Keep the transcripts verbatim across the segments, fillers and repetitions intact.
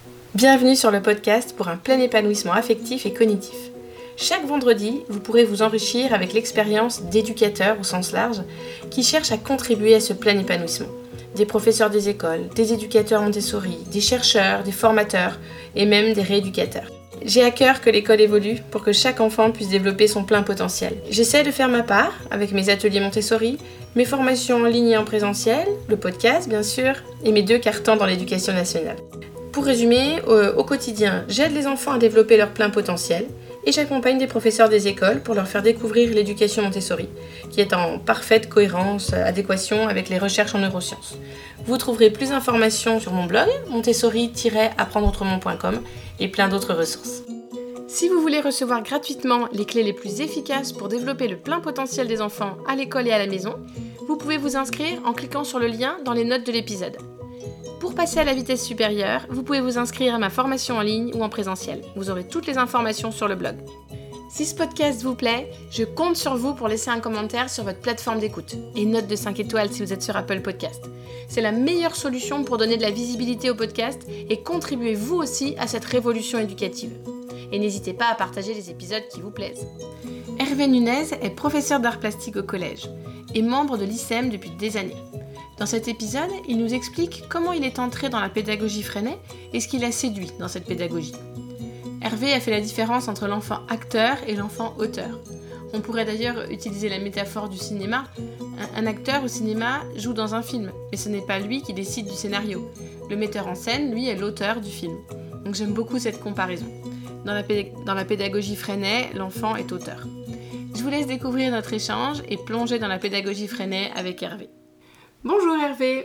Bienvenue sur le podcast pour un plein épanouissement affectif et cognitif. Chaque vendredi, vous pourrez vous enrichir avec l'expérience d'éducateurs au sens large qui cherchent à contribuer à ce plein épanouissement. Des professeurs des écoles, des éducateurs Montessori, des chercheurs, des formateurs et même des rééducateurs. J'ai à cœur que l'école évolue pour que chaque enfant puisse développer son plein potentiel. J'essaie de faire ma part avec mes ateliers Montessori, mes formations en ligne et en présentiel, le podcast bien sûr, et mes deux cartons dans l'éducation nationale. Pour résumer, euh, au quotidien, j'aide les enfants à développer leur plein potentiel et j'accompagne des professeurs des écoles pour leur faire découvrir l'éducation Montessori, qui est en parfaite cohérence, adéquation avec les recherches en neurosciences. Vous trouverez plus d'informations sur mon blog, montessori tiret apprendre autrement point com, et plein d'autres ressources. Si vous voulez recevoir gratuitement les clés les plus efficaces pour développer le plein potentiel des enfants à l'école et à la maison, vous pouvez vous inscrire en cliquant sur le lien dans les notes de l'épisode. Pour passer à la vitesse supérieure, vous pouvez vous inscrire à ma formation en ligne ou en présentiel. Vous aurez toutes les informations sur le blog. Si ce podcast vous plaît, je compte sur vous pour laisser un commentaire sur votre plateforme d'écoute et une note de cinq étoiles si vous êtes sur Apple Podcast. C'est la meilleure solution pour donner de la visibilité au podcast et contribuer vous aussi à cette révolution éducative. Et n'hésitez pas à partager les épisodes qui vous plaisent. Hervé Nunez est professeur d'art plastique au collège et membre de l'I C E M depuis des années. Dans cet épisode, il nous explique comment il est entré dans la pédagogie Freinet et ce qui l'a séduit dans cette pédagogie. Hervé a fait la différence entre l'enfant acteur et l'enfant auteur. On pourrait d'ailleurs utiliser la métaphore du cinéma. Un, un acteur au cinéma joue dans un film, mais ce n'est pas lui qui décide du scénario. Le metteur en scène, lui, est l'auteur du film. Donc j'aime beaucoup cette comparaison. Dans la, péd- dans la pédagogie Freinet, l'enfant est auteur. Je vous laisse découvrir notre échange et plonger dans la pédagogie Freinet avec Hervé. Bonjour Hervé.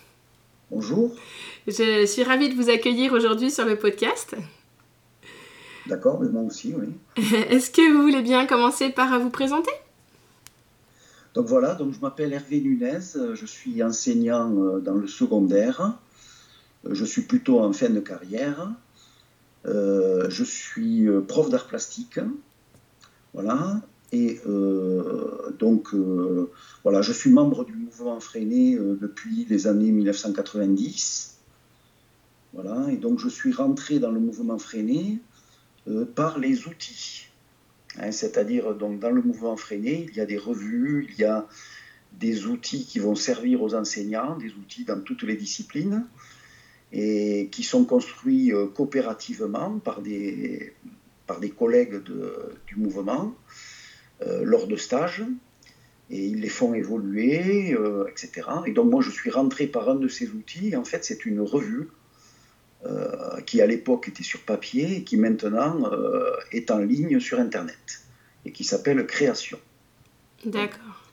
Bonjour. Je suis ravie de vous accueillir aujourd'hui sur le podcast. D'accord, mais moi aussi, oui. Est-ce que vous voulez bien commencer par vous présenter ? Donc voilà, donc je m'appelle Hervé Nunez, je suis enseignant dans le secondaire, je suis plutôt en fin de carrière, euh, je suis prof d'art plastique, voilà. Et euh, donc, euh, voilà, je suis membre du mouvement Freinet euh, depuis les années dix-neuf cent quatre-vingt-dix. Voilà, et donc je suis rentré dans le mouvement Freinet euh, par les outils. Hein, c'est-à-dire, donc, dans le mouvement Freinet, il y a des revues, il y a des outils qui vont servir aux enseignants, des outils dans toutes les disciplines, et qui sont construits euh, coopérativement par des, par des collègues de, du mouvement. Euh, lors de stages, et ils les font évoluer, euh, et cetera. Et donc moi je suis rentré par un de ces outils, et en fait c'est une revue euh, qui à l'époque était sur papier, et qui maintenant euh, est en ligne sur Internet, et qui s'appelle Création. D'accord.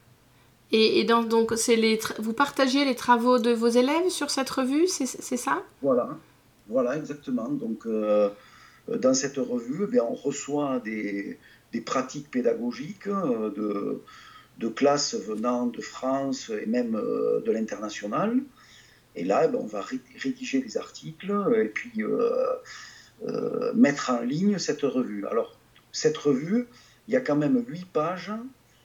Et, et dans, donc c'est les tra- vous partagez les travaux de vos élèves sur cette revue, c'est, c'est ça ? Voilà, voilà exactement. Donc euh, dans cette revue, eh bien, on reçoit des... des pratiques pédagogiques de, de classes venant de France et même de l'international. Et là, ben, on va rédiger des articles et puis euh, euh, mettre en ligne cette revue. Alors, cette revue, il y a quand même huit pages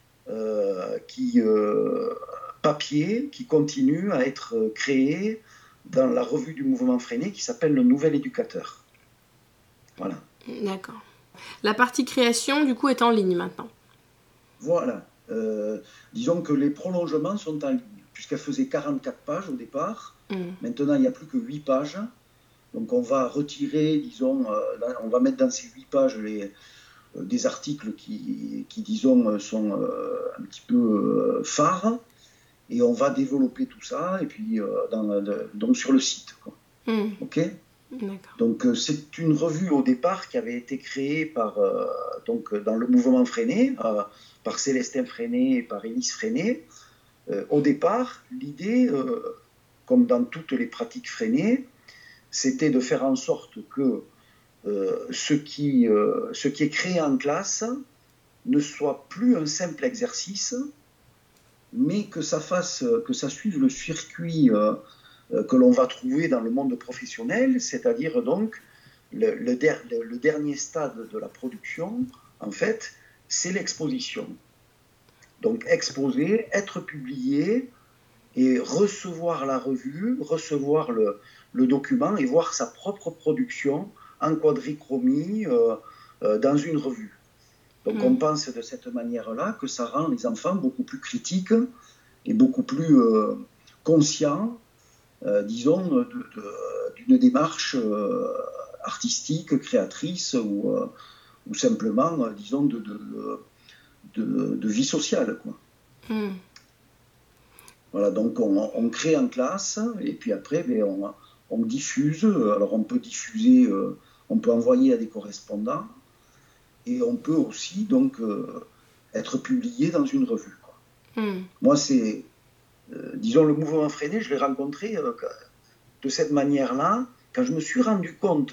euh, qui, euh, papier qui continuent à être créées dans la revue du mouvement Freinet qui s'appelle Le Nouvel Éducateur. Voilà. D'accord. La partie création, du coup, est en ligne maintenant. Voilà. Euh, disons que les prolongements sont en ligne, puisqu'elle faisait quarante-quatre pages au départ. Mmh. Maintenant, il n'y a plus que huit pages. Donc, on va retirer, disons, euh, on va mettre dans ces huit pages les, euh, des articles qui, qui, disons, sont euh, un petit peu euh, phares. Et on va développer tout ça, et puis euh, dans, le, donc sur le site. Quoi. Mmh. OK ? D'accord. Donc euh, c'est une revue au départ qui avait été créée par, euh, donc, dans le mouvement Freinet, euh, par Célestin Freinet et par Élise Freinet. Euh, au départ, l'idée, euh, comme dans toutes les pratiques Freinet, c'était de faire en sorte que euh, ce, qui, euh, ce qui est créé en classe ne soit plus un simple exercice, mais que ça, fasse, que ça suive le circuit euh, que l'on va trouver dans le monde professionnel, c'est-à-dire donc le, le, der, le, le dernier stade de la production, en fait, c'est l'exposition. Donc exposer, être publié, et recevoir la revue, recevoir le, le document et voir sa propre production en quadrichromie euh, euh, dans une revue. Donc mmh. on pense de cette manière-là que ça rend les enfants beaucoup plus critiques et beaucoup plus euh, conscients, euh, disons, de, de, d'une démarche euh, artistique, créatrice ou, euh, ou simplement, euh, disons, de, de, de, de vie sociale, quoi. Mmh. Voilà, donc on, on crée en classe et puis après, ben, on, on diffuse. Alors on peut diffuser, euh, on peut envoyer à des correspondants et on peut aussi donc euh, être publié dans une revue, quoi. Mmh. Moi, c'est, euh, disons, le mouvement Freinet, je l'ai rencontré euh, de cette manière-là, quand je me suis rendu compte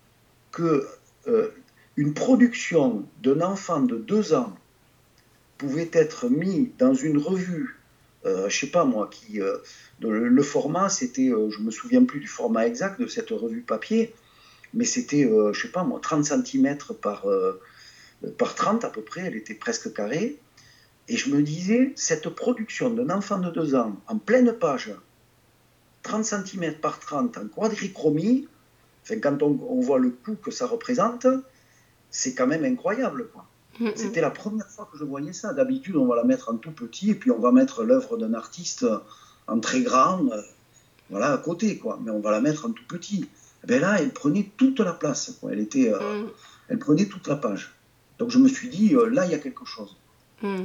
que euh, une production d'un enfant de deux ans pouvait être mise dans une revue. Euh, je sais pas moi, qui, euh, le, le format, c'était, euh, je me souviens plus du format exact de cette revue papier, mais c'était, euh, je sais pas moi, trente centimètres par, euh, par trente à peu près, elle était presque carrée. Et je me disais, cette production d'un enfant de deux ans, en pleine page, trente centimètres par trente, en quadrichromie, enfin, quand on, on voit le coût que ça représente, c'est quand même incroyable, quoi. Mmh, C'était la première fois que je voyais ça. D'habitude, on va la mettre en tout petit et puis on va mettre l'œuvre d'un artiste en très grand, euh, voilà, à côté, quoi. Mais on va la mettre en tout petit. Et bien là, elle prenait toute la place, quoi. Elle était, euh, mmh. elle prenait toute la page. Donc je me suis dit, euh, là, il y a quelque chose. Mmh.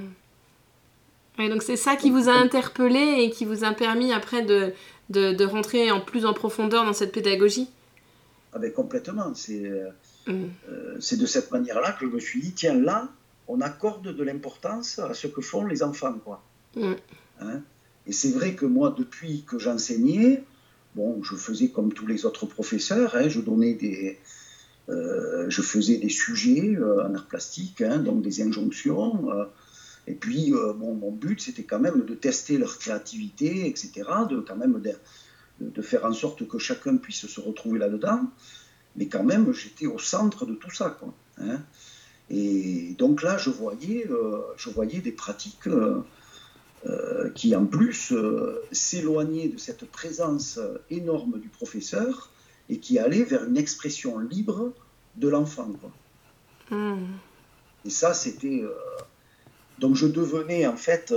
Ouais, donc c'est ça qui donc, vous a interpellé et qui vous a permis après de, de, de rentrer en plus en profondeur dans cette pédagogie. Ah ben complètement. C'est... Euh, Mmh. Euh, c'est de cette manière-là que je me suis dit, tiens, là, on accorde de l'importance à ce que font les enfants, quoi. Mmh. Hein? Et c'est vrai que moi, depuis que j'enseignais, bon, je faisais comme tous les autres professeurs, hein, je donnais des, euh, je faisais des sujets euh, en art plastique, hein, donc des injonctions. Euh, et puis, euh, bon, mon but, c'était quand même de tester leur créativité, et cetera, de quand même de, de, de faire en sorte que chacun puisse se retrouver là-dedans. Mais quand même, j'étais au centre de tout ça, quoi. Hein. Et donc là, je voyais, euh, je voyais des pratiques euh, euh, qui, en plus, euh, s'éloignaient de cette présence énorme du professeur et qui allaient vers une expression libre de l'enfant, quoi. Mmh. Et ça, c'était... Euh... Donc je devenais, en fait,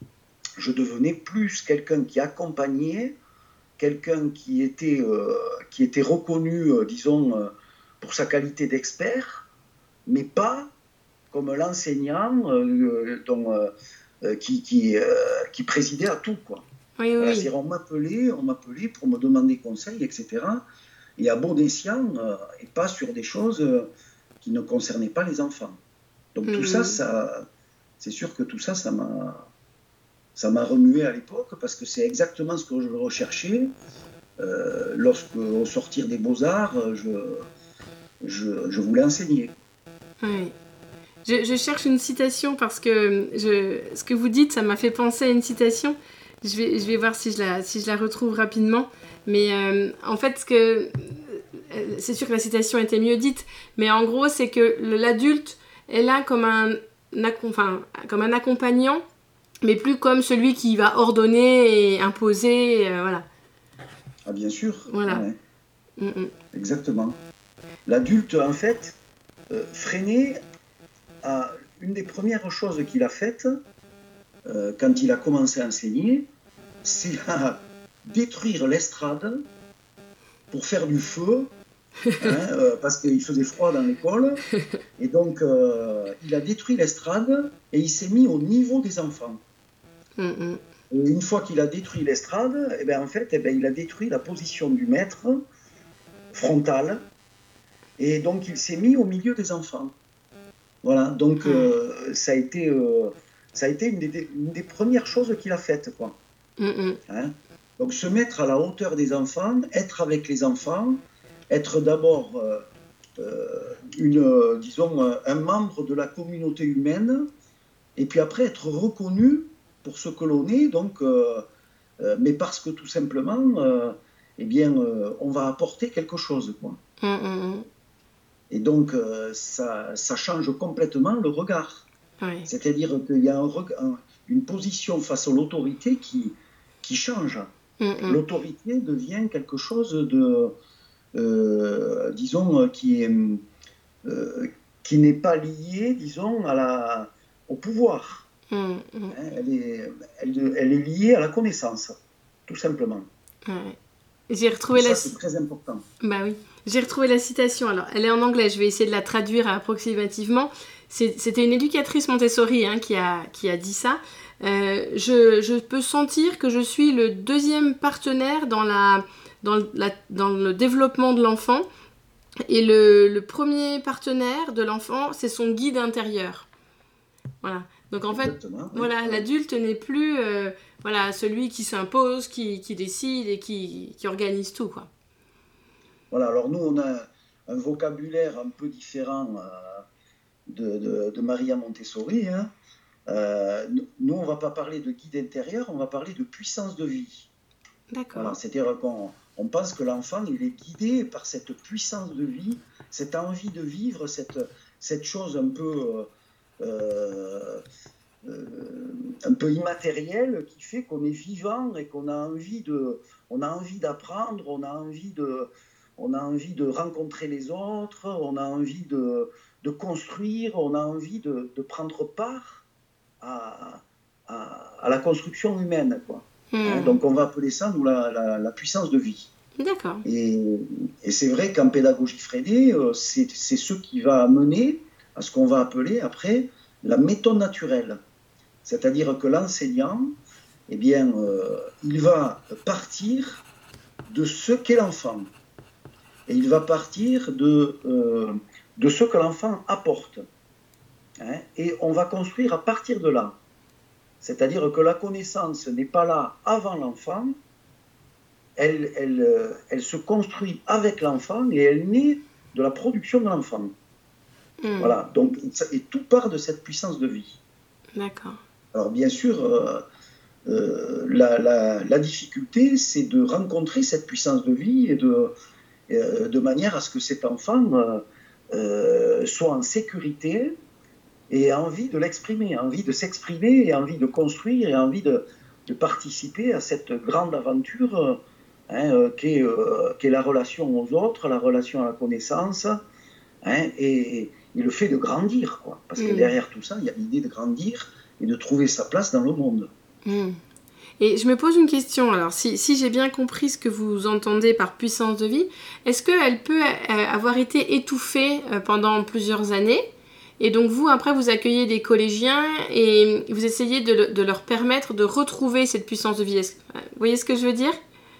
je devenais plus quelqu'un qui accompagnait, quelqu'un qui était, euh, qui était reconnu, euh, disons, euh, pour sa qualité d'expert, mais pas comme l'enseignant euh, dont, euh, qui, qui, euh, qui présidait à tout, quoi. Oui, oui. Voilà, on m'appelait, on m'appelait pour me demander conseil, et cetera. Et à bon escient, euh, et pas sur des choses qui ne concernaient pas les enfants. Donc mmh. tout ça, ça, c'est sûr que tout ça, ça m'a... Ça m'a remué à l'époque parce que c'est exactement ce que je recherchais. Euh, lorsque, au sortir des Beaux-Arts, je, je, je voulais enseigner. Oui. Je, je cherche une citation parce que je, ce que vous dites, ça m'a fait penser à une citation. Je vais, je vais voir si je la, si je la retrouve rapidement. Mais euh, en fait, ce que, c'est sûr que la citation était mieux dite, mais en gros, c'est que l'adulte est là comme un, enfin, comme un accompagnant, mais plus comme celui qui va ordonner et imposer, euh, voilà. Ah bien sûr. Voilà. Ouais. Mm-hmm. Exactement. L'adulte, en fait, euh, Freinet, a, une des premières choses qu'il a faites, euh, quand il a commencé à enseigner, c'est à détruire l'estrade pour faire du feu, hein, euh, parce qu'il faisait froid dans l'école, et donc euh, il a détruit l'estrade et il s'est mis au niveau des enfants. Mmh. Et une fois qu'il a détruit l'estrade, eh ben, en fait, eh ben, il a détruit la position du maître frontale, et donc il s'est mis au milieu des enfants. Voilà, donc mmh. euh, ça a été, euh, ça a été une, des, une des premières choses qu'il a faites, quoi. Mmh. Hein? Donc se mettre à la hauteur des enfants, être avec les enfants, être d'abord euh, euh, une, euh, disons, un membre de la communauté humaine, et puis après être reconnu pour ce que l'on est, donc, euh, euh, mais parce que tout simplement, euh, eh bien, euh, on va apporter quelque chose, quoi. Mmh. Et donc, euh, ça, ça change complètement le regard. Oui. C'est-à-dire qu'il y a un, un, une position face à l'autorité qui, qui change. Mmh. L'autorité devient quelque chose de, euh, disons, qui est, euh, qui n'est pas lié, disons, à la, au pouvoir. Mmh. Hein, elle, est, elle, elle est liée à la connaissance, tout simplement. Ouais. J'ai retrouvé Et ça, la... c'est très important. Bah oui. J'ai retrouvé la citation. Alors, elle est en anglais. Je vais essayer de la traduire approximativement. C'est, c'était une éducatrice Montessori hein, qui, a, qui a dit ça. Euh, je, je peux sentir que je suis le deuxième partenaire dans, la, dans, la, dans le développement de l'enfant. Et le, le premier partenaire de l'enfant, c'est son guide intérieur. Voilà. Donc en fait, Exactement, oui. voilà, l'adulte n'est plus euh, voilà, celui qui s'impose, qui, qui décide et qui, qui organise tout, quoi. Voilà, alors nous, on a un vocabulaire un peu différent euh, de, de, de Maria Montessori. Hein. Euh, nous, on ne va pas parler de guide intérieur, on va parler de puissance de vie. D'accord. Voilà, c'est-à-dire qu'on on pense que l'enfant, il est guidé par cette puissance de vie, cette envie de vivre, cette, cette chose un peu... Euh, euh, un peu immatérielle qui fait qu'on est vivant et qu'on a envie de, on a envie d'apprendre, on a envie de, on a envie de rencontrer les autres, on a envie de, de construire, on a envie de, de prendre part à, à, à la construction humaine, quoi. Mmh. Hein, donc on va appeler ça nous la, la, la puissance de vie. D'accord. Et, et c'est vrai qu'en pédagogie Freinet, c'est, c'est ce qui va mener à ce qu'on va appeler après la méthode naturelle. C'est-à-dire que l'enseignant, eh bien, euh, il va partir de ce qu'est l'enfant. Et il va partir de, euh, de ce que l'enfant apporte. Hein, et on va construire à partir de là. C'est-à-dire que la connaissance n'est pas là avant l'enfant, elle, elle, elle se construit avec l'enfant et elle naît de la production de l'enfant. Mmh. Voilà, donc, et tout part de cette puissance de vie. D'accord. Alors bien sûr, euh, euh, la, la, la difficulté, c'est de rencontrer cette puissance de vie et de, euh, de manière à ce que cet enfant euh, euh, soit en sécurité et ait envie de l'exprimer, envie de s'exprimer et envie de construire et envie de, de participer à cette grande aventure hein, euh, qu'est, euh, qu'est la relation aux autres, la relation à la connaissance hein, et, et le fait de grandir, quoi. Parce que derrière tout ça, il y a l'idée de grandir et de trouver sa place dans le monde. Mmh. Et je me pose une question, alors si, si j'ai bien compris ce que vous entendez par puissance de vie, est-ce qu'elle peut avoir été étouffée pendant plusieurs années et donc vous, après, vous accueillez des collégiens et vous essayez de, de leur permettre de retrouver cette puissance de vie. Vous voyez ce que je veux dire ?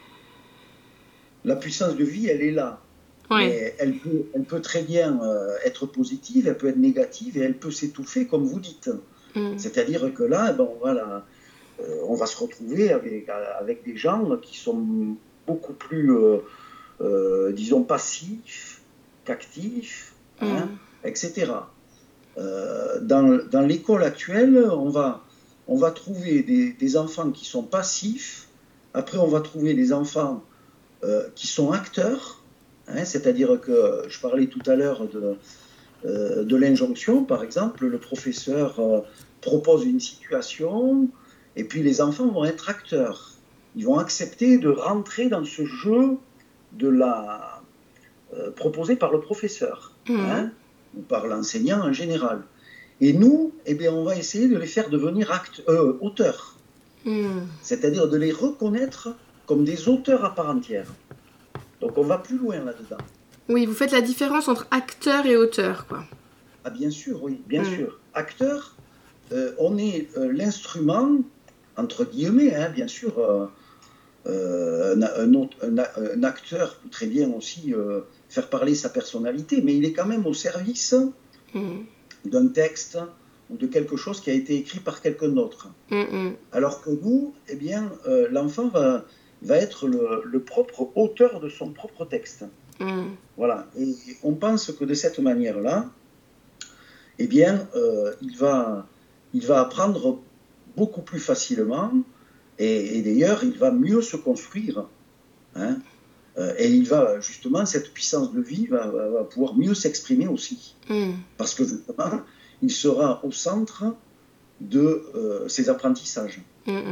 La puissance de vie, elle est là. Ouais. Mais elle peut, elle peut très bien euh, être positive, elle peut être négative et elle peut s'étouffer, comme vous dites. Mmh. C'est-à-dire que là, ben, on, va la, euh, on va se retrouver avec, avec des gens qui sont beaucoup plus, euh, euh, disons, passifs qu'actifs, mmh. hein, et cetera. Euh, dans, dans l'école actuelle, on va, on va trouver des, des enfants qui sont passifs, après on va trouver des enfants euh, qui sont acteurs, hein, c'est-à-dire que je parlais tout à l'heure de... Euh, de l'injonction, par exemple, le professeur euh, propose une situation et puis les enfants vont être acteurs. Ils vont accepter de rentrer dans ce jeu de la, euh, proposé par le professeur mmh. hein, ou par l'enseignant en général. Et nous, eh bien, on va essayer de les faire devenir act- euh, auteurs, mmh. c'est-à-dire de les reconnaître comme des auteurs à part entière. Donc on va plus loin là-dedans. Oui, vous faites la différence entre acteur et auteur, quoi. Ah bien sûr, oui, bien mmh. sûr. Acteur, euh, on est euh, l'instrument, entre guillemets, hein, bien sûr, euh, euh, un, un, autre, un, un acteur peut très bien aussi euh, faire parler sa personnalité, mais il est quand même au service mmh. d'un texte ou de quelque chose qui a été écrit par quelqu'un d'autre. Mmh. Alors que nous, eh bien, euh, l'enfant va, va être le, le propre auteur de son propre texte. Mmh. Voilà, et on pense que de cette manière-là, eh bien, euh, il va, il va apprendre beaucoup plus facilement, et, et d'ailleurs, il va mieux se construire, hein, euh, et il va justement, cette puissance de vie va, va, va pouvoir mieux s'exprimer aussi, mmh. parce que justement, il sera au centre de euh, ses apprentissages. Mmh.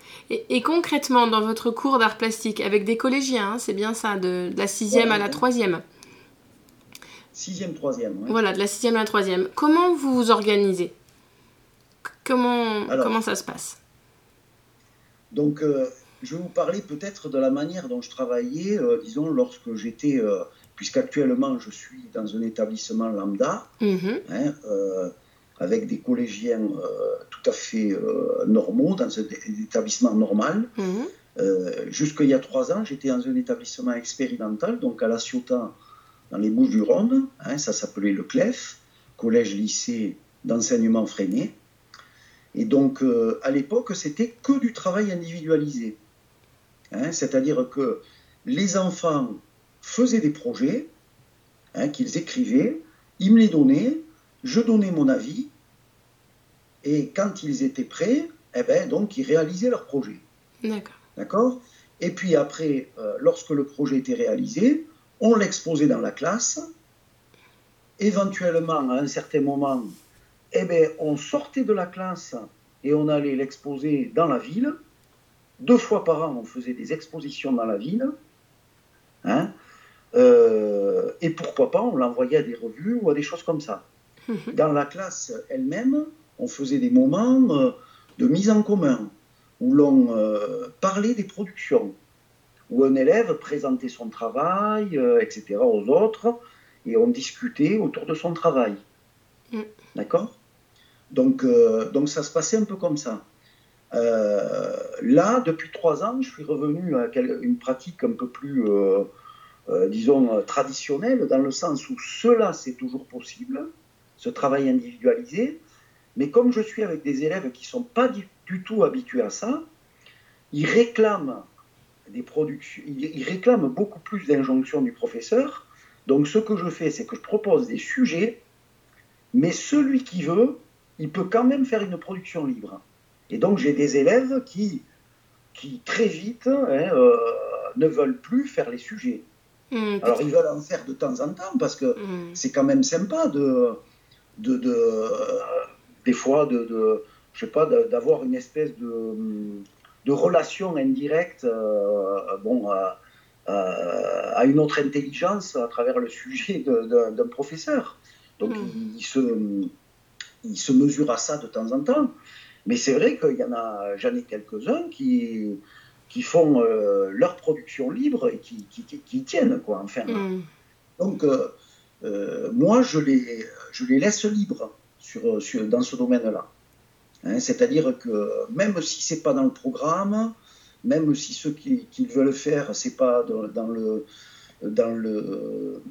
Et, et concrètement, dans votre cours d'art plastique, avec des collégiens, hein, c'est bien ça, de, de la sixième ouais, à la troisième. Sixième, troisième, oui. Voilà, de la sixième à la troisième. Comment vous vous organisez ? Comment, Alors, comment ça se passe ? Donc, euh, je vais vous parler peut-être de la manière dont je travaillais, euh, disons, lorsque j'étais, euh, puisqu'actuellement je suis dans un établissement lambda, mm-hmm. hein, euh, avec des collégiens euh, tout à fait euh, normaux, dans un établissement normal. Mm-hmm. Euh, jusqu'il y a trois ans, j'étais dans un établissement expérimental, donc à La Ciotat, dans les Bouches-du-Rhône, hein, ça s'appelait le C L E F, Collège-Lycée d'enseignement freiné. Et donc, euh, à l'époque, c'était que du travail individualisé. Hein, c'est-à-dire que les enfants faisaient des projets, hein, qu'ils écrivaient, ils me les donnaient, je donnais mon avis, et quand ils étaient prêts, eh ben, donc, ils réalisaient leur projet. D'accord. D'accord ? Et puis après, euh, lorsque le projet était réalisé, on l'exposait dans la classe. Éventuellement, à un certain moment, eh bien, on sortait de la classe et on allait l'exposer dans la ville. Deux fois par an, on faisait des expositions dans la ville. Hein, euh, et pourquoi pas, on l'envoyait à des revues ou à des choses comme ça. Dans la classe elle-même, on faisait des moments euh, de mise en commun, où l'on euh, parlait des productions, où un élève présentait son travail, euh, et cetera aux autres, et on discutait autour de son travail. Mm. D'accord ? Donc, euh, donc ça se passait un peu comme ça. Euh, là, depuis trois ans, je suis revenu à une pratique un peu plus, euh, euh, disons, traditionnelle, dans le sens où cela, c'est toujours possible, ce travail individualisé, mais comme je suis avec des élèves qui ne sont pas du, du tout habitués à ça, ils réclament des productions, ils, ils réclament beaucoup plus d'injonctions du professeur. Donc, ce que je fais, c'est que je propose des sujets, mais celui qui veut, il peut quand même faire une production libre. Et donc, j'ai des élèves qui, qui très vite, hein, euh, ne veulent plus faire les sujets. Mmh, Alors, ils veulent en faire de temps en temps, parce que mmh. c'est quand même sympa de, de, de euh, des fois, de, de, je sais pas, de, d'avoir une espèce de, de relation indirecte, euh, bon, à, à, à une autre intelligence à travers le sujet de, de, d'un professeur. Donc, mmh. il, il se... il se mesure à ça de temps en temps. Mais c'est vrai qu'il y en a, j'en ai quelques-uns qui, qui font euh, leur production libre et qui, qui, qui tiennent, quoi, enfin. Mm. Donc, euh, euh, moi, je les, je les laisse libres sur, sur, dans ce domaine-là. Hein, c'est-à-dire que même si ce n'est pas dans le programme, même si ce qu'ils, qu'ils veulent faire, ce n'est pas dans, dans le... Dans le euh,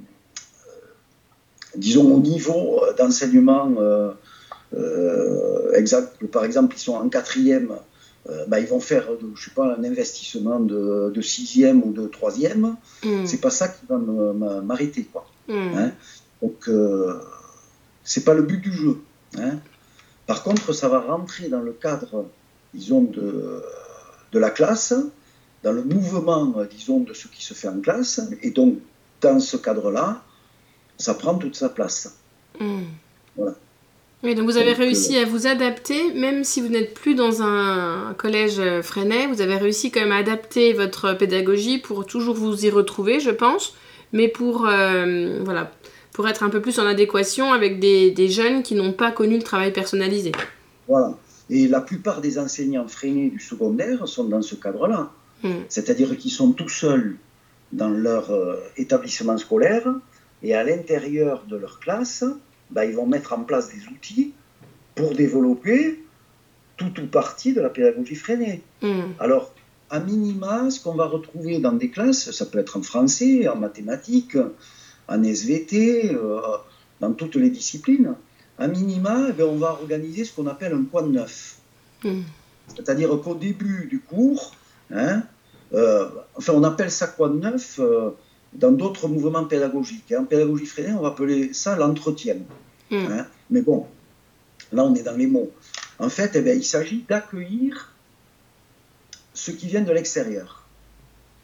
disons au niveau d'enseignement euh, euh, exact, par exemple ils sont en quatrième, euh, bah, ils vont faire je sais pas, un investissement de, de sixième ou de troisième, mm. c'est pas ça qui va me, m'arrêter, quoi. Mm. Hein, donc euh, c'est pas le but du jeu, hein. Par contre ça va rentrer dans le cadre, disons, de, de la classe, dans le mouvement, disons, de ce qui se fait en classe, et donc dans ce cadre-là ça prend toute sa place. Mmh. Voilà. Oui, donc vous avez donc, réussi euh... à vous adapter, même si vous n'êtes plus dans un collège freinet, vous avez réussi quand même à adapter votre pédagogie pour toujours vous y retrouver, je pense, mais pour, euh, voilà, pour être un peu plus en adéquation avec des, des jeunes qui n'ont pas connu le travail personnalisé. Voilà. Et la plupart des enseignants freinés du secondaire sont dans ce cadre-là. Mmh. C'est-à-dire qu'ils sont tout seuls dans leur euh, établissement scolaire, et à l'intérieur de leur classe, bah, ils vont mettre en place des outils pour développer tout ou partie de la pédagogie freinée. Mmh. Alors, à minima, ce qu'on va retrouver dans des classes, ça peut être en français, en mathématiques, en S V T, euh, dans toutes les disciplines. À minima, eh bien, on va organiser ce qu'on appelle un coin de neuf. Mmh. C'est-à-dire qu'au début du cours, hein, euh, enfin, on appelle ça coin de neuf, euh, dans d'autres mouvements pédagogiques. En pédagogie freinée, on va appeler ça l'entretien. Mmh. Hein, mais bon, là, on est dans les mots. En fait, eh bien, il s'agit d'accueillir ceux qui viennent de l'extérieur. D'accord ?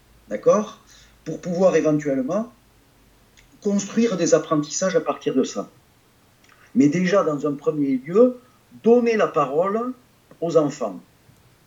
Pour pouvoir éventuellement construire des apprentissages à partir de ça. Mais déjà, dans un premier lieu, donner la parole aux enfants.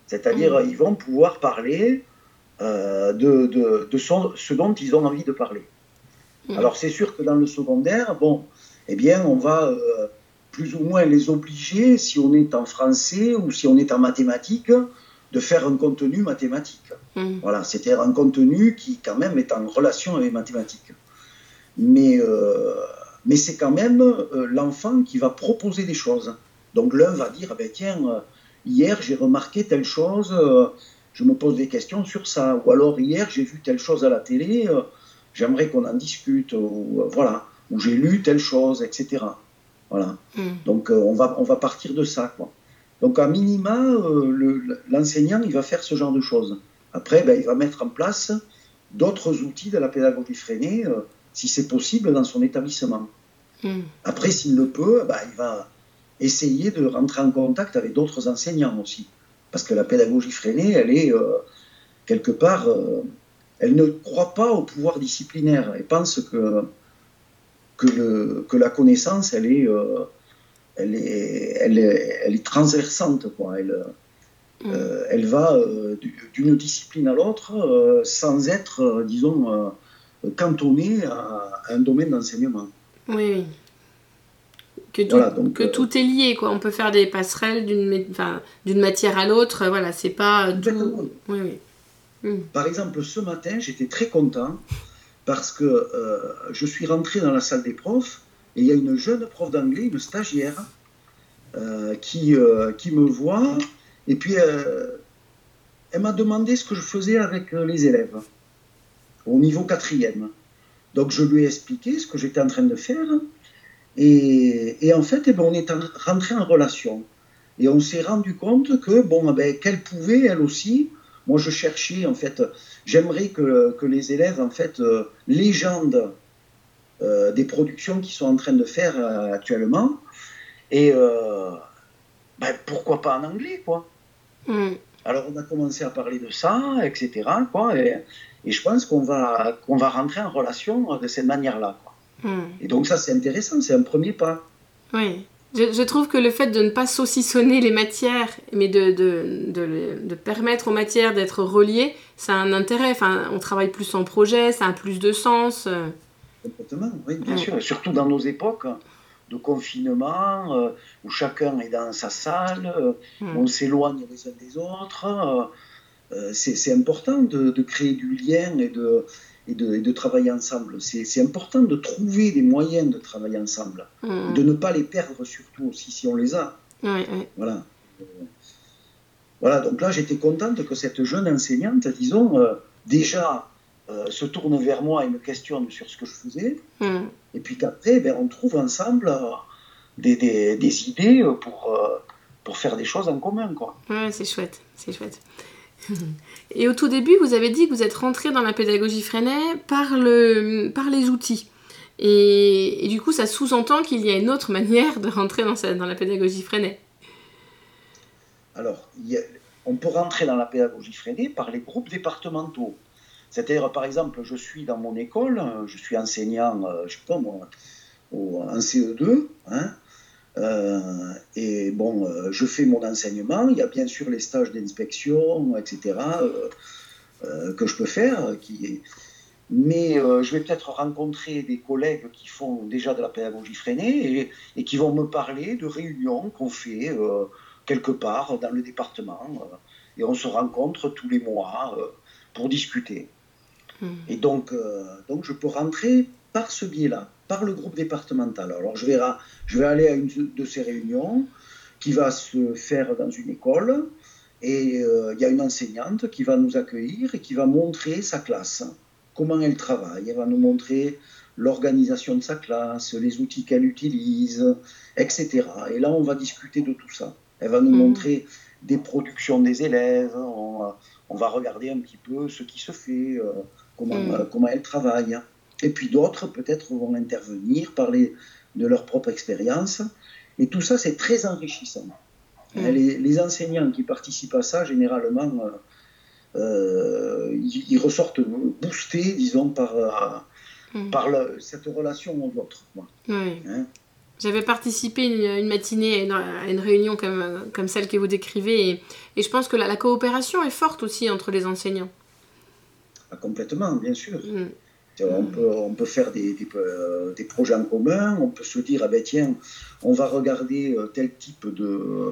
C'est-à-dire, mmh. ils vont pouvoir parler euh, de, de, de son, ce dont ils ont envie de parler. Mmh. Alors, c'est sûr que dans le secondaire, bon, eh bien, on va euh, plus ou moins les obliger, si on est en français ou si on est en mathématiques, de faire un contenu mathématique. Mmh. Voilà, c'est-à-dire un contenu qui, quand même, est en relation avec les mathématiques. Mais, euh, mais c'est quand même euh, l'enfant qui va proposer des choses. Donc, l'un va dire, ah ben, tiens, euh, hier, j'ai remarqué telle chose, euh, je me pose des questions sur ça. Ou alors, hier, j'ai vu telle chose à la télé, euh, j'aimerais qu'on en discute. Ou, euh, voilà, ou j'ai lu telle chose, et cetera. Voilà. Mmh. Donc, euh, on, va, on va partir de ça, quoi. Donc, à minima, euh, le, l'enseignant, il va faire ce genre de choses. Après, ben, il va mettre en place d'autres outils de la pédagogie freinée, euh, si c'est possible, dans son établissement. Mmh. Après, s'il le peut, ben, il va essayer de rentrer en contact avec d'autres enseignants aussi. Parce que la pédagogie freinée, elle est, euh, quelque part, euh, elle ne croit pas au pouvoir disciplinaire. Elle pense que, que, le, que la connaissance, elle est... Euh, Elle est, elle, est, elle est transversante, quoi. Elle, mmh. euh, elle va euh, d'une discipline à l'autre euh, sans être, euh, disons, euh, cantonnée à, à un domaine d'enseignement. Oui, oui. Que, tout, voilà, donc, que euh, tout est lié, quoi. On peut faire des passerelles d'une, enfin, d'une matière à l'autre. Voilà, c'est pas tout... Oui, oui. Mmh. Par exemple, ce matin, j'étais très content parce que euh, je suis rentré dans la salle des profs et il y a une jeune prof d'anglais, une stagiaire, euh, qui, euh, qui me voit, et puis euh, elle m'a demandé ce que je faisais avec les élèves, au niveau quatrième. Donc je lui ai expliqué ce que j'étais en train de faire, et, et en fait, eh ben, on est rentré en relation. Et on s'est rendu compte que, bon, ben, qu'elle pouvait, elle aussi, moi je cherchais, en fait, j'aimerais que, que les élèves, en fait, euh, légendent euh, des productions qu'ils sont en train de faire euh, actuellement, et euh, ben, pourquoi pas en anglais, quoi. Mm. Alors on a commencé à parler de ça, et cetera, quoi, et, et je pense qu'on va, qu'on va rentrer en relation de cette manière-là, quoi. Mm. Et donc ça, c'est intéressant, c'est un premier pas. Oui. Je, je trouve que le fait de ne pas saucissonner les matières, mais de, de, de, de permettre aux matières d'être reliées, ça a un intérêt. Enfin, on travaille plus en projet, ça a plus de sens. Complètement, oui, bien ouais. sûr. Et surtout dans nos époques de confinement, euh, où chacun est dans sa salle, euh, mmh. on s'éloigne les uns des autres. Euh, c'est, c'est important de, de créer du lien et de, et de, et de travailler ensemble. C'est, c'est important de trouver des moyens de travailler ensemble. Mmh. Et de ne pas les perdre, surtout aussi si on les a. Mmh. Voilà. Euh, voilà, donc là, j'étais contente que cette jeune enseignante, disons, euh, déjà euh, se tourne vers moi et me questionne sur ce que je faisais. Mmh. Et puis qu'après, ben, on trouve ensemble euh, des, des, des idées pour, euh, pour faire des choses en commun, quoi. Ouais, c'est chouette, c'est chouette. Et au tout début, vous avez dit que vous êtes rentré dans la pédagogie freinée par, le, par les outils. Et, et du coup, ça sous-entend qu'il y a une autre manière de rentrer dans, sa, dans la pédagogie freinée. Alors, il y a, on peut rentrer dans la pédagogie freinée par les groupes départementaux. C'est-à-dire, par exemple, je suis dans mon école, je suis enseignant, je sais pas moi, au, en C E deux, hein, euh, et bon, euh, je fais mon enseignement, il y a bien sûr les stages d'inspection, et cetera, euh, euh, que je peux faire, qui, mais euh, je vais peut-être rencontrer des collègues qui font déjà de la pédagogie freinée et, et qui vont me parler de réunions qu'on fait euh, quelque part dans le département, euh, et on se rencontre tous les mois euh, pour discuter. Mmh. Et donc, euh, donc, je peux rentrer par ce biais-là, par le groupe départemental. Alors, je vais, je vais aller à une de ces réunions qui va se faire dans une école et euh, il y a une enseignante qui va nous accueillir et qui va montrer sa classe, comment elle travaille. Elle va nous montrer l'organisation de sa classe, les outils qu'elle utilise, et cetera. Et là, on va discuter de tout ça. Elle va nous mmh. montrer des productions des élèves, on, on va regarder un petit peu ce qui se fait, euh, comment, mmh. euh, comment elles travaillent. Et puis d'autres, peut-être, vont intervenir, parler de leur propre expérience. Et tout ça, c'est très enrichissant. Mmh. Les, les enseignants qui participent à ça, généralement, euh, euh, ils, ils ressortent boostés, disons, par, euh, mmh. par le, cette relation aux autres. Quoi. Oui. Hein? J'avais participé une, une matinée à une, à une réunion comme, comme celle que vous décrivez et, et je pense que la, la coopération est forte aussi entre les enseignants. Ah, complètement, bien sûr. Mm. On peut, on peut faire des, des, euh, des projets en commun, on peut se dire, ah ben tiens, on va regarder tel type de...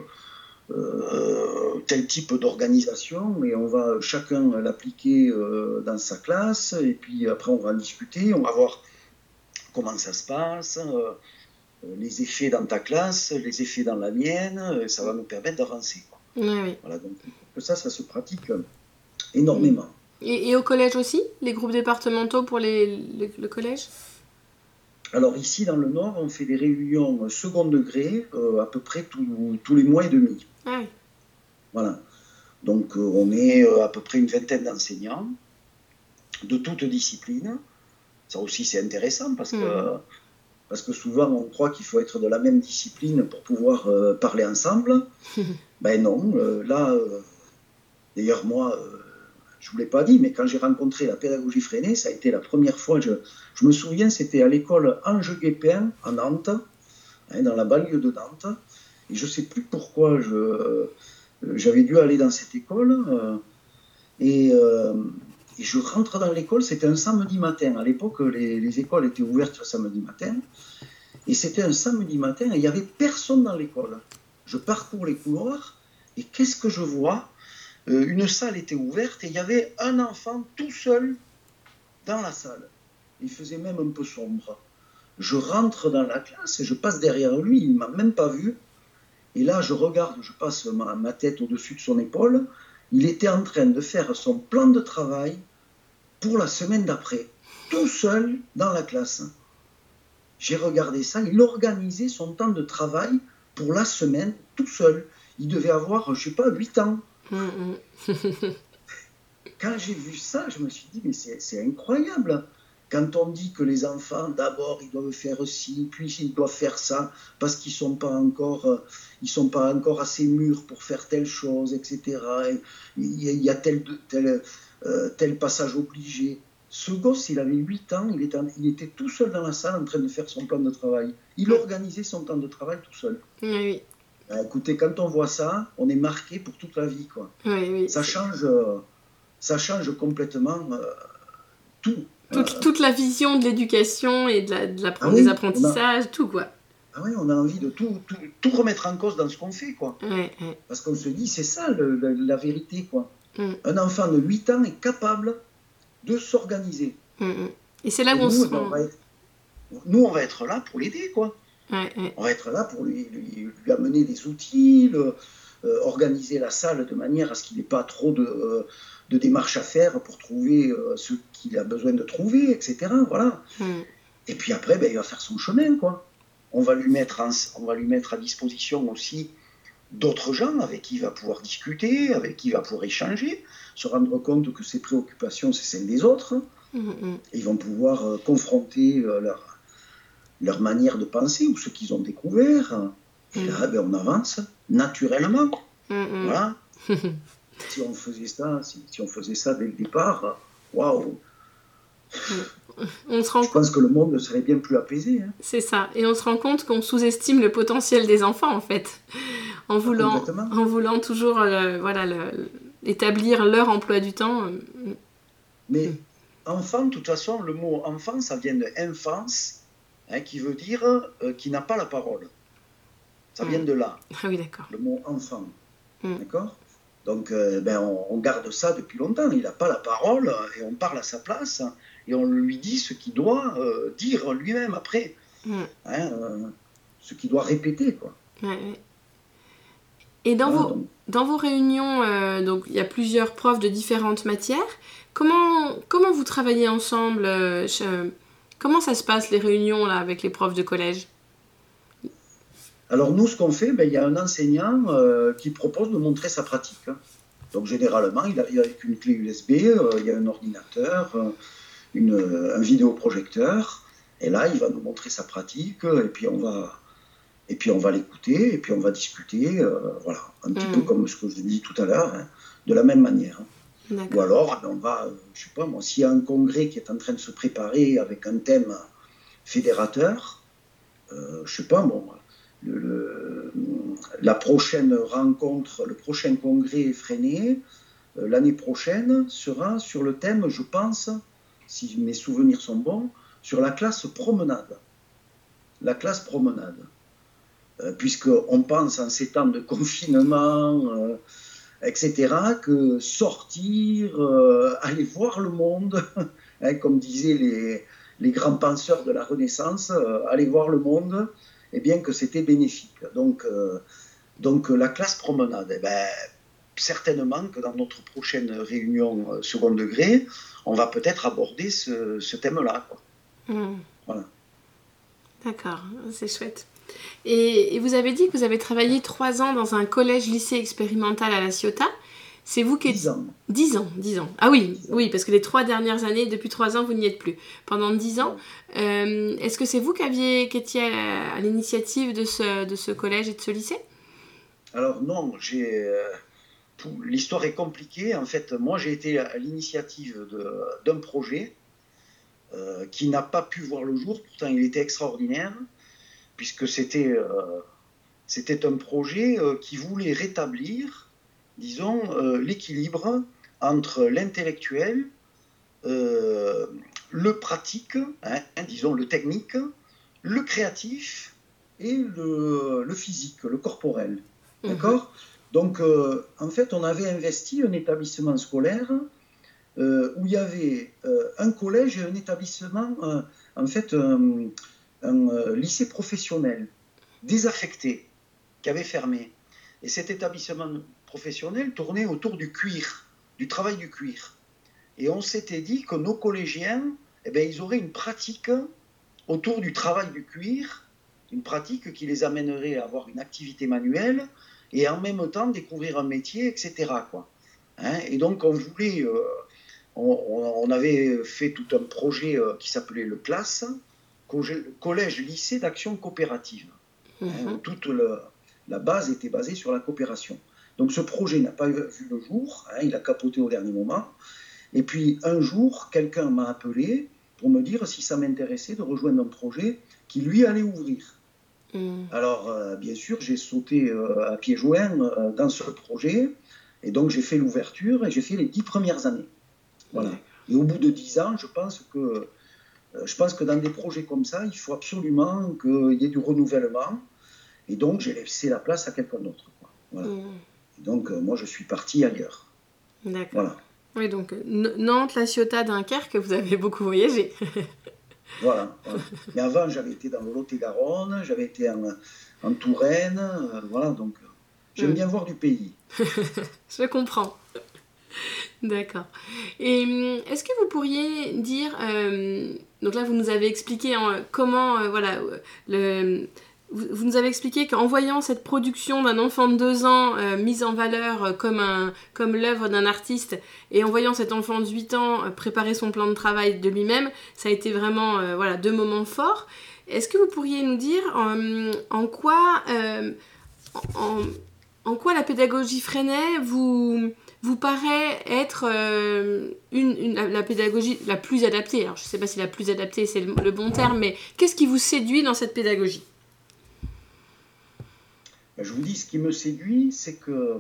Euh, tel type d'organisation et on va chacun l'appliquer euh, dans sa classe et puis après on va en discuter, on va voir comment ça se passe, euh, les effets dans ta classe, les effets dans la mienne, ça va nous permettre d'avancer. Oui, oui. Voilà, donc ça, ça se pratique énormément. Et, et au collège aussi, les groupes départementaux pour les, le, le collège? Alors ici dans le Nord, on fait des réunions second degré euh, à peu près tout, tous les mois et demi. Ah oui. Voilà. Donc euh, on est euh, à peu près une vingtaine d'enseignants de toutes disciplines. Ça aussi c'est intéressant parce que, mmh. parce que souvent on croit qu'il faut être de la même discipline pour pouvoir euh, parler ensemble. Ben non, euh, là, euh, d'ailleurs moi, euh, je ne vous l'ai pas dit, mais quand j'ai rencontré la pédagogie freinée, ça a été la première fois, je, je me souviens, c'était à l'école Ange-Guépin à Nantes, hein, dans la banlieue de Nantes, et je ne sais plus pourquoi je, euh, j'avais dû aller dans cette école, euh, et, euh, et je rentre dans l'école, c'était un samedi matin, à l'époque les, les écoles étaient ouvertes le samedi matin, et c'était un samedi matin, et il n'y avait personne dans l'école. Je parcours les couloirs, et qu'est-ce que je vois ? Euh, une salle était ouverte et il y avait un enfant tout seul dans la salle. Il faisait même un peu sombre. Je rentre dans la classe et je passe derrière lui, il ne m'a même pas vu. Et là, je regarde, je passe ma, ma tête au-dessus de son épaule. Il était en train de faire son plan de travail pour la semaine d'après, tout seul dans la classe. J'ai regardé ça, il organisait son temps de travail pour la semaine, tout seul. Il devait avoir, je ne sais pas, huit ans. Quand j'ai vu ça, je me suis dit, mais c'est, c'est incroyable. Quand on dit que les enfants, d'abord, ils doivent faire ci, puis ils doivent faire ça, parce qu'ils ne sont pas encore, ils sont pas encore assez mûrs pour faire telle chose, et cetera. Et il y a tel, tel, euh, tel passage obligé. Ce gosse, il avait huit ans, il était, il était tout seul dans la salle en train de faire son plan de travail. Il organisait son temps de travail tout seul. Oui. Écoutez, quand on voit ça, on est marqué pour toute la vie, quoi. Oui, oui. Ça change, euh, ça change complètement euh, tout. Toute, euh, toute la vision de l'éducation et de, la, de ah oui, des apprentissages, a, tout, quoi. Ah oui, on a envie de tout, tout, tout remettre en cause dans ce qu'on fait, quoi. Oui, oui. Parce qu'on se dit, c'est ça le, le, la vérité, quoi. Mm. Un enfant de huit ans est capable de s'organiser. Mm. Et c'est là où Et on nous, se ben, on va être, nous, on va être là pour l'aider, quoi. Ouais, ouais. On va être là pour lui, lui, lui amener des outils, le, euh, organiser la salle de manière à ce qu'il n'ait pas trop de, euh, de démarches à faire pour trouver euh, ce qu'il a besoin de trouver, et cetera. Voilà. Mm. Et puis après, ben, il va faire son chemin, quoi. On va lui mettre, en, on va lui mettre à disposition aussi d'autres gens avec qui il va pouvoir discuter, avec qui il va pouvoir échanger, se rendre compte que ses préoccupations, c'est celles des autres. Mm. Et ils vont pouvoir euh, confronter euh, leur leur manière de penser ou ce qu'ils ont découvert. Et là, ben, on avance naturellement. Mmh. Voilà. si on faisait ça, si, si on faisait ça dès le départ, waouh. On se rend Je pense que le monde serait bien plus apaisé. Hein. C'est ça. Et on se rend compte qu'on sous-estime le potentiel des enfants, en fait. En voulant, en voulant toujours euh, voilà, le, établir leur emploi du temps. Mais mmh. enfant, de toute façon, le mot enfant, ça vient de enfance. Hein, qui veut dire euh, qui n'a pas la parole. Ça mmh. vient de là. Ah oui, d'accord. Le mot enfant. Mmh. D'accord ? Donc, euh, ben, on, on garde ça depuis longtemps. Il n'a pas la parole et on parle à sa place et on lui dit ce qu'il doit euh, dire lui-même après. Mmh. Hein, euh, ce qu'il doit répéter, quoi. Ouais, ouais. Et dans, voilà, vos, donc... dans vos réunions, euh, donc il y a plusieurs profs de différentes matières. Comment, comment vous travaillez ensemble euh, je... Comment ça se passe, les réunions là, avec les profs de collège ? Alors nous, ce qu'on fait, ben, il y a un enseignant euh, qui propose de montrer sa pratique. Hein. Donc généralement, il arrive avec une clé U S B, euh, il y a un ordinateur, euh, une, un vidéoprojecteur, et là, il va nous montrer sa pratique, et puis on va, et puis on va l'écouter, et puis on va discuter, euh, voilà, un petit mmh. peu comme ce que je dis tout à l'heure, hein, de la même manière. Hein. Ou alors, on va, je sais pas moi, s'il y a un congrès qui est en train de se préparer avec un thème fédérateur, euh, je sais pas, bon, le, le, la prochaine rencontre, le prochain congrès Freinet, euh, l'année prochaine, sera sur le thème, je pense, si mes souvenirs sont bons, sur la classe promenade. La classe promenade. Euh, Puisqu'on pense en ces temps de confinement, euh, et cetera, que sortir, euh, aller voir le monde, hein, comme disaient les, les grands penseurs de la Renaissance, euh, aller voir le monde, eh bien que c'était bénéfique. Donc, euh, donc la classe promenade, eh ben, certainement que dans notre prochaine réunion euh, second degré, on va peut-être aborder ce, ce thème-là, quoi. Mmh. Voilà. D'accord, c'est chouette. Et, et vous avez dit que vous avez travaillé trois ans dans un collège-lycée expérimental à La Ciotat. C'est vous qui êtes... Dix ans. Dix ans, dix ans. Ah oui, Dix ans. oui, parce que les trois dernières années, depuis trois ans, vous n'y êtes plus. Pendant dix ans, euh, est-ce que c'est vous qui, aviez, qui étiez à, à l'initiative de ce, de ce collège et de ce lycée? Alors non, j'ai... Euh, tout, l'histoire est compliquée. En fait, moi, j'ai été à l'initiative de, d'un projet euh, qui n'a pas pu voir le jour. Pourtant, il était extraordinaire, puisque c'était, euh, c'était un projet euh, qui voulait rétablir, disons, euh, l'équilibre entre l'intellectuel, euh, le pratique, hein, disons le technique, le créatif et le, le physique, le corporel. Mmh. D'accord ? Donc, euh, en fait, on avait investi un établissement scolaire euh, où il y avait euh, un collège et un établissement, euh, en fait, un, un euh, lycée professionnel désaffecté qui avait fermé. Et cet établissement professionnel tournait autour du cuir, du travail du cuir. Et on s'était dit que nos collégiens, eh bien, ils auraient une pratique autour du travail du cuir, une pratique qui les amènerait à avoir une activité manuelle et en même temps découvrir un métier, et cetera, quoi. Hein, et donc, on voulait... Euh, on, on avait fait tout un projet euh, qui s'appelait le CLASS, Collège-Lycée d'Action Coopérative. Mmh. Hein, toute le, la base était basée sur la coopération. Donc, ce projet n'a pas vu le jour, hein, il a capoté au dernier moment. Et puis, un jour, quelqu'un m'a appelé pour me dire si ça m'intéressait de rejoindre un projet qui, lui, allait ouvrir. Mmh. Alors, euh, bien sûr, j'ai sauté euh, à pieds joints euh, dans ce projet. Et donc, j'ai fait l'ouverture et j'ai fait les dix premières années. Voilà. Mmh. Et au bout de dix ans, je pense que, euh, je pense que dans des projets comme ça, il faut absolument qu'il y ait du renouvellement. Et donc, j'ai laissé la place à quelqu'un d'autre, quoi. Voilà. Mmh. Et donc, euh, moi, je suis parti ailleurs. D'accord. Voilà. Oui, donc Nantes, La Ciotat, Dunkerque, vous avez beaucoup voyagé. Voilà, voilà. Mais avant, j'avais été dans le Lot-et-Garonne, j'avais été en, en Touraine, euh, voilà, donc j'aime mmh. bien voir du pays. Je comprends. D'accord. Et est-ce que vous pourriez dire, euh, donc là vous nous avez expliqué hein, comment, euh, voilà, le, vous, vous nous avez expliqué qu'en voyant cette production d'un enfant de deux ans euh, mise en valeur euh, comme, un, comme l'œuvre d'un artiste, et en voyant cet enfant de huit ans euh, préparer son plan de travail de lui-même, ça a été vraiment euh, voilà, deux moments forts. Est-ce que vous pourriez nous dire euh, en quoi, euh, en, en quoi la pédagogie Freinet vous... vous paraît être euh, une, une, la, la pédagogie la plus adaptée? Alors, je ne sais pas si la plus adaptée, c'est le, le bon terme, mais qu'est-ce qui vous séduit dans cette pédagogie? Je vous dis, ce qui me séduit, c'est que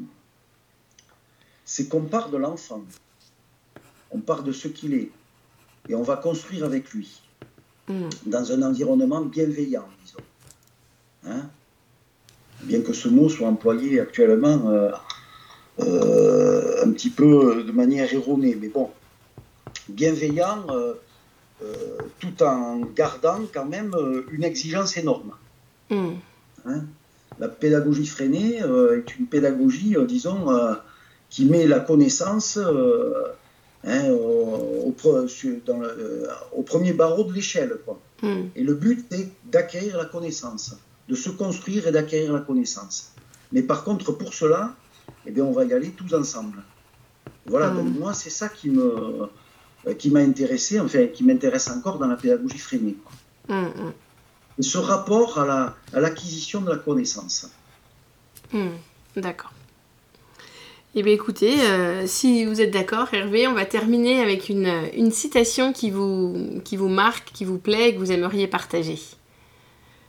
c'est qu'on part de l'enfant. On part de ce qu'il est. Et on va construire avec lui. Mmh. Dans un environnement bienveillant, disons. Hein? Bien que ce mot soit employé actuellement... Euh, Euh, un petit peu de manière erronée, mais bon, bienveillant, euh, euh, tout en gardant quand même euh, une exigence énorme. Mmh. Hein? La pédagogie Freinet euh, est une pédagogie, euh, disons, euh, qui met la connaissance euh, hein, au, au, dans le, euh, au premier barreau de l'échelle, quoi. Mmh. Et le but est d'acquérir la connaissance, de se construire et d'acquérir la connaissance. Mais par contre, pour cela, eh bien, on va y aller tous ensemble. Voilà, mmh. donc moi, c'est ça qui, me, qui m'a intéressé, enfin, qui m'intéresse encore dans la pédagogie Freinet. Mmh. Et ce rapport à, la, à l'acquisition de la connaissance. Mmh. D'accord. Eh bien, écoutez, euh, si vous êtes d'accord, Hervé, on va terminer avec une, une citation qui vous, qui vous marque, qui vous plaît et que vous aimeriez partager.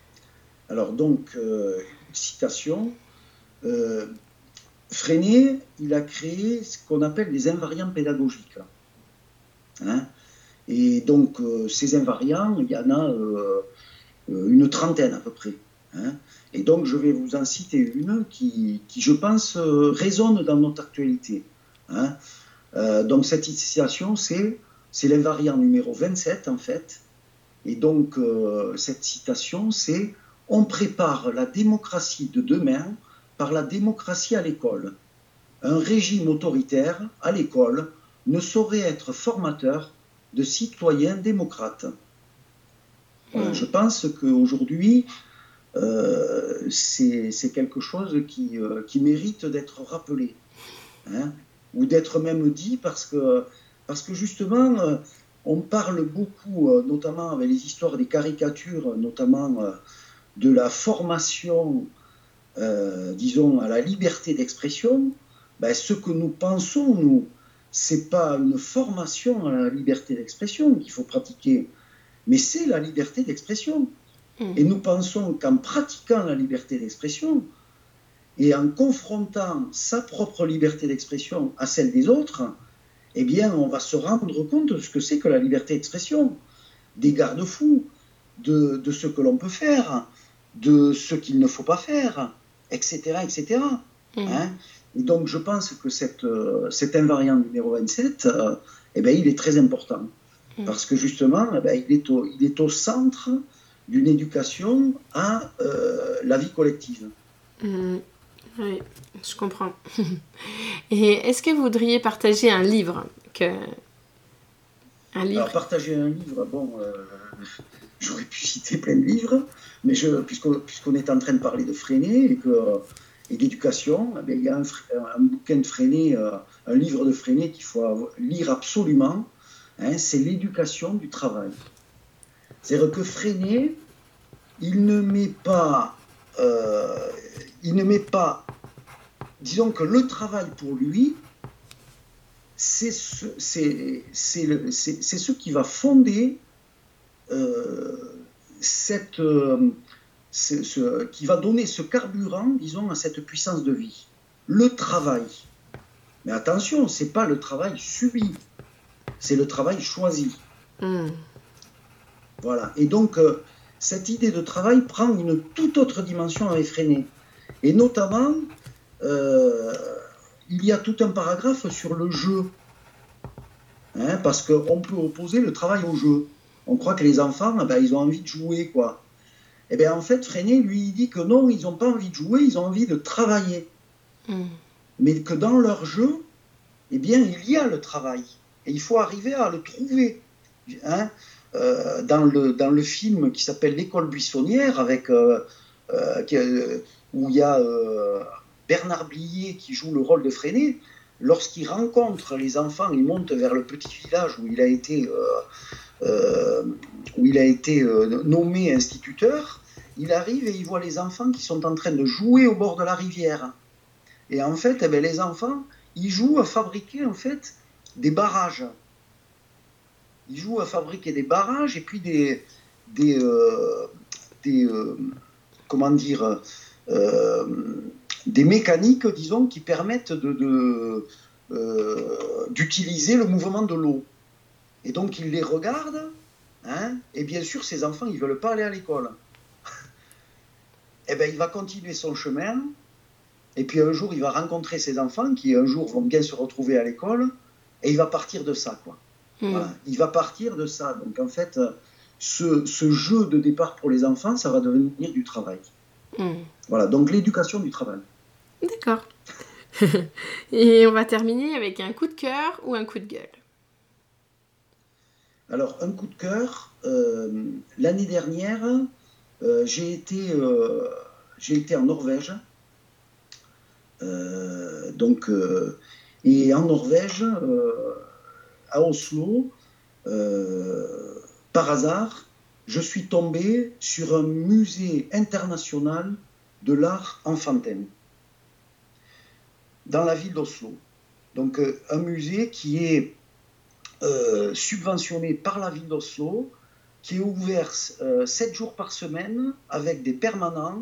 Alors donc, euh, citation, euh, Freinet, il a créé ce qu'on appelle des invariants pédagogiques. Hein. Et donc, euh, ces invariants, il y en a euh, une trentaine à peu près. Hein. Et donc, je vais vous en citer une qui, qui je pense, euh, résonne dans notre actualité. Hein. Euh, donc, cette citation, c'est, c'est l'invariant numéro vingt-sept, en fait. Et donc, euh, cette citation, c'est « On prépare la démocratie de demain par la démocratie à l'école. Un régime autoritaire, à l'école, ne saurait être formateur de citoyens démocrates. » Voilà, je pense qu'aujourd'hui, euh, c'est, c'est quelque chose qui, euh, qui mérite d'être rappelé, hein, ou d'être même dit, parce que, parce que justement, euh, on parle beaucoup, euh, notamment avec les histoires des caricatures, notamment euh, de la formation, euh, disons, à la liberté d'expression. Ben, ce que nous pensons, nous, c'est pas une formation à la liberté d'expression qu'il faut pratiquer, mais c'est la liberté d'expression. Mmh. Et nous pensons qu'en pratiquant la liberté d'expression et en confrontant sa propre liberté d'expression à celle des autres, eh bien, on va se rendre compte de ce que c'est que la liberté d'expression, des garde-fous, de, de ce que l'on peut faire, de ce qu'il ne faut pas faire, et cetera, et cetera. Mmh. Hein. Et donc, je pense que cette, cet invariant numéro vingt-sept, euh, eh bien, il est très important. Mmh. Parce que justement, eh bien, il, est au, il est au centre d'une éducation à euh, la vie collective. Mmh. Oui, je comprends. Et est-ce que vous voudriez partager un livre que... un livre. Alors, partager un livre, bon, euh, j'aurais pu citer plein de livres, mais je, puisqu'on, puisqu'on est en train de parler de Freinet et, que, et d'éducation, eh bien, il y a un, un bouquin de Freinet, euh, un livre de Freinet qu'il faut lire absolument, hein, c'est l'éducation du travail. C'est-à-dire que Freinet, il ne met pas... Euh, il ne met pas... Disons que le travail pour lui, c'est ce, c'est, c'est le, c'est, c'est ce qui va fonder euh, cette... Euh, c'est, ce, qui va donner ce carburant, disons, à cette puissance de vie. Le travail. Mais attention, ce n'est pas le travail subi, c'est le travail choisi. Mmh. Voilà. Et donc, euh, cette idée de travail prend une toute autre dimension avec Freinet. Et notamment, euh, il y a tout un paragraphe sur le jeu. Hein, parce qu'on peut opposer le travail au jeu. On croit que les enfants, ben, ils ont envie de jouer, quoi. Et bien, en fait, Freinet, lui, il dit que non, ils n'ont pas envie de jouer, ils ont envie de travailler. Mmh. Mais que dans leur jeu, eh bien, il y a le travail. Et il faut arriver à le trouver. Hein, euh, dans, le, dans le film qui s'appelle L'école buissonnière, avec, euh, euh, qui, euh, où il y a euh, Bernard Blier qui joue le rôle de Freinet, lorsqu'il rencontre les enfants, il monte vers le petit village où il a été, euh, euh, où il a été euh, nommé instituteur. Il arrive et il voit les enfants qui sont en train de jouer au bord de la rivière. Et en fait, eh bien, les enfants, ils jouent à fabriquer en fait, des barrages. Ils jouent à fabriquer des barrages et puis des, des, euh, des euh, comment dire, euh, des mécaniques, disons, qui permettent de, de, euh, d'utiliser le mouvement de l'eau. Et donc, ils les regardent, hein, et bien sûr, ces enfants, ils ne veulent pas aller à l'école. Eh bien, il va continuer son chemin, et puis un jour, il va rencontrer ces enfants qui, un jour, vont bien se retrouver à l'école, et il va partir de ça, quoi. Mmh. Voilà. Il va partir de ça. Donc, en fait, ce, ce jeu de départ pour les enfants, ça va devenir du travail. Mmh. Voilà, donc l'éducation du travail. D'accord. Et on va terminer avec un coup de cœur ou un coup de gueule. Alors, un coup de cœur, euh, l'année dernière, euh, j'ai, été, euh, j'ai été en Norvège. Euh, donc, euh, et en Norvège, euh, à Oslo, euh, par hasard, je suis tombé sur un musée international de l'art enfantin dans la ville d'Oslo. Donc, euh, un musée qui est euh, subventionné par la ville d'Oslo, qui est ouvert euh, sept jours par semaine avec des permanents,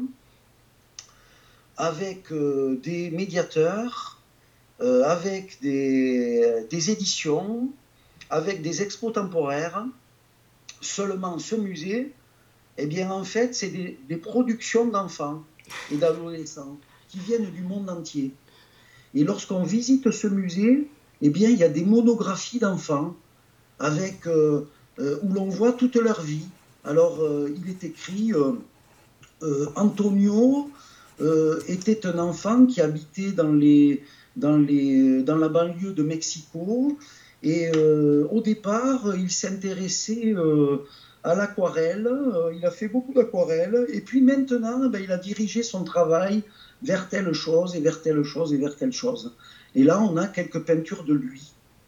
avec euh, des médiateurs, euh, avec des, des éditions, avec des expos temporaires. Seulement ce musée, eh bien en fait, c'est des, des productions d'enfants et d'adolescents qui viennent du monde entier. Et lorsqu'on visite ce musée, eh bien il y a des monographies d'enfants avec, euh, euh, où l'on voit toute leur vie. Alors euh, il est écrit euh, euh, Antonio euh, était un enfant qui habitait dans, les, dans, les, dans la banlieue de Mexico. Et euh, au départ, il s'intéressait euh, à l'aquarelle, euh, il a fait beaucoup d'aquarelle, et puis maintenant, ben, il a dirigé son travail vers telle chose, et vers telle chose, et vers telle chose. Et là, on a quelques peintures de lui.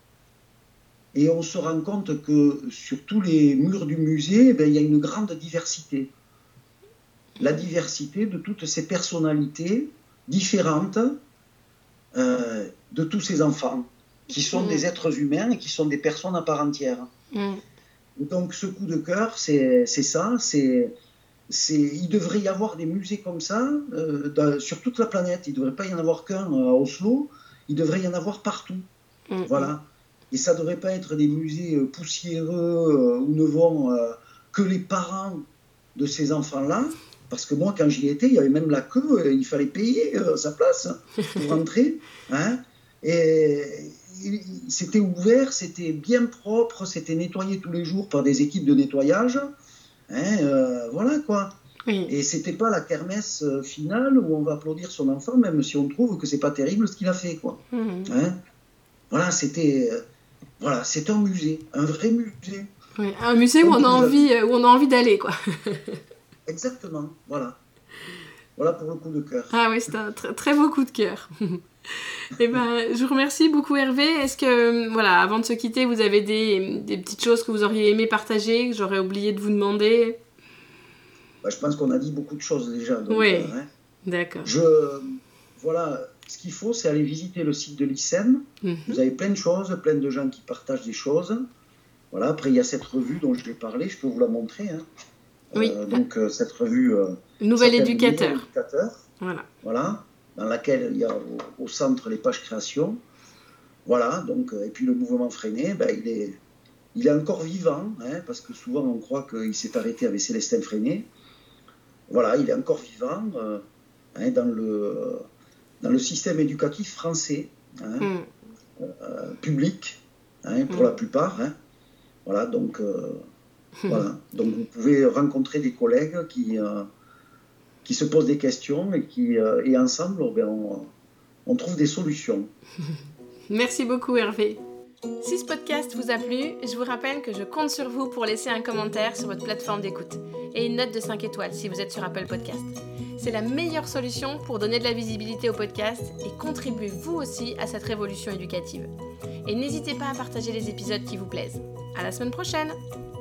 Et on se rend compte que sur tous les murs du musée, ben, il y a une grande diversité. La diversité de toutes ces personnalités différentes euh, de tous ces enfants, qui sont mmh. des êtres humains et qui sont des personnes à part entière. Mmh. Donc ce coup de cœur, c'est, c'est ça, c'est, c'est, il devrait y avoir des musées comme ça euh, dans, sur toute la planète. Il ne devrait pas y en avoir qu'un à Oslo, il devrait y en avoir partout. Mmh. Voilà. Et ça ne devrait pas être des musées poussiéreux euh, où ne vont euh, que les parents de ces enfants-là. Parce que moi, quand j'y étais, il y avait même la queue, euh, il fallait payer euh, sa place pour rentrer. Hein. Et c'était ouvert, c'était bien propre, c'était nettoyé tous les jours par des équipes de nettoyage. Hein, euh, voilà quoi. Oui. Et c'était pas la kermesse finale où on va applaudir son enfant, même si on trouve que c'est pas terrible ce qu'il a fait, quoi. Mmh. Hein, voilà, c'était, euh, voilà, c'est un musée, un vrai musée. Oui, un musée où on, a envie, où on a envie d'aller, quoi. Exactement, voilà. Voilà pour le coup de cœur. Ah oui, c'est un très, très beau coup de cœur. Eh ben, je vous remercie beaucoup Hervé. Est-ce que, voilà, avant de se quitter, vous avez des, des petites choses que vous auriez aimé partager, que j'aurais oublié de vous demander? Bah, je pense qu'on a dit beaucoup de choses déjà. Donc, oui, euh, hein. D'accord. Je, voilà, ce qu'il faut, c'est aller visiter le site de l'I C E M. Mm-hmm. Vous avez plein de choses, plein de gens qui partagent des choses. Voilà, après, il y a cette revue dont je l'ai parlé, je peux vous la montrer. Hein. Oui. Euh, donc, euh, cette revue... Euh, Nouvel éducateur. Nouvel éducateur. Voilà. Voilà. Dans laquelle il y a au, au centre les pages création. Voilà, donc, et puis le mouvement Freinet, ben, il, est, il est encore vivant, hein, parce que souvent on croit qu'il s'est arrêté avec Célestin Freinet. Voilà, il est encore vivant euh, hein, dans, le, dans le système éducatif français, hein, mm. euh, public, hein, pour mm. la plupart. Hein. Voilà, donc, euh, mm. voilà, donc vous pouvez rencontrer des collègues qui... Euh, qui se posent des questions et qui, euh, et ensemble, on, on trouve des solutions. Merci beaucoup Hervé. Si ce podcast vous a plu, je vous rappelle que je compte sur vous pour laisser un commentaire sur votre plateforme d'écoute et une note de cinq étoiles si vous êtes sur Apple Podcast. C'est la meilleure solution pour donner de la visibilité au podcast et contribuer vous aussi à cette révolution éducative. Et n'hésitez pas à partager les épisodes qui vous plaisent. À la semaine prochaine!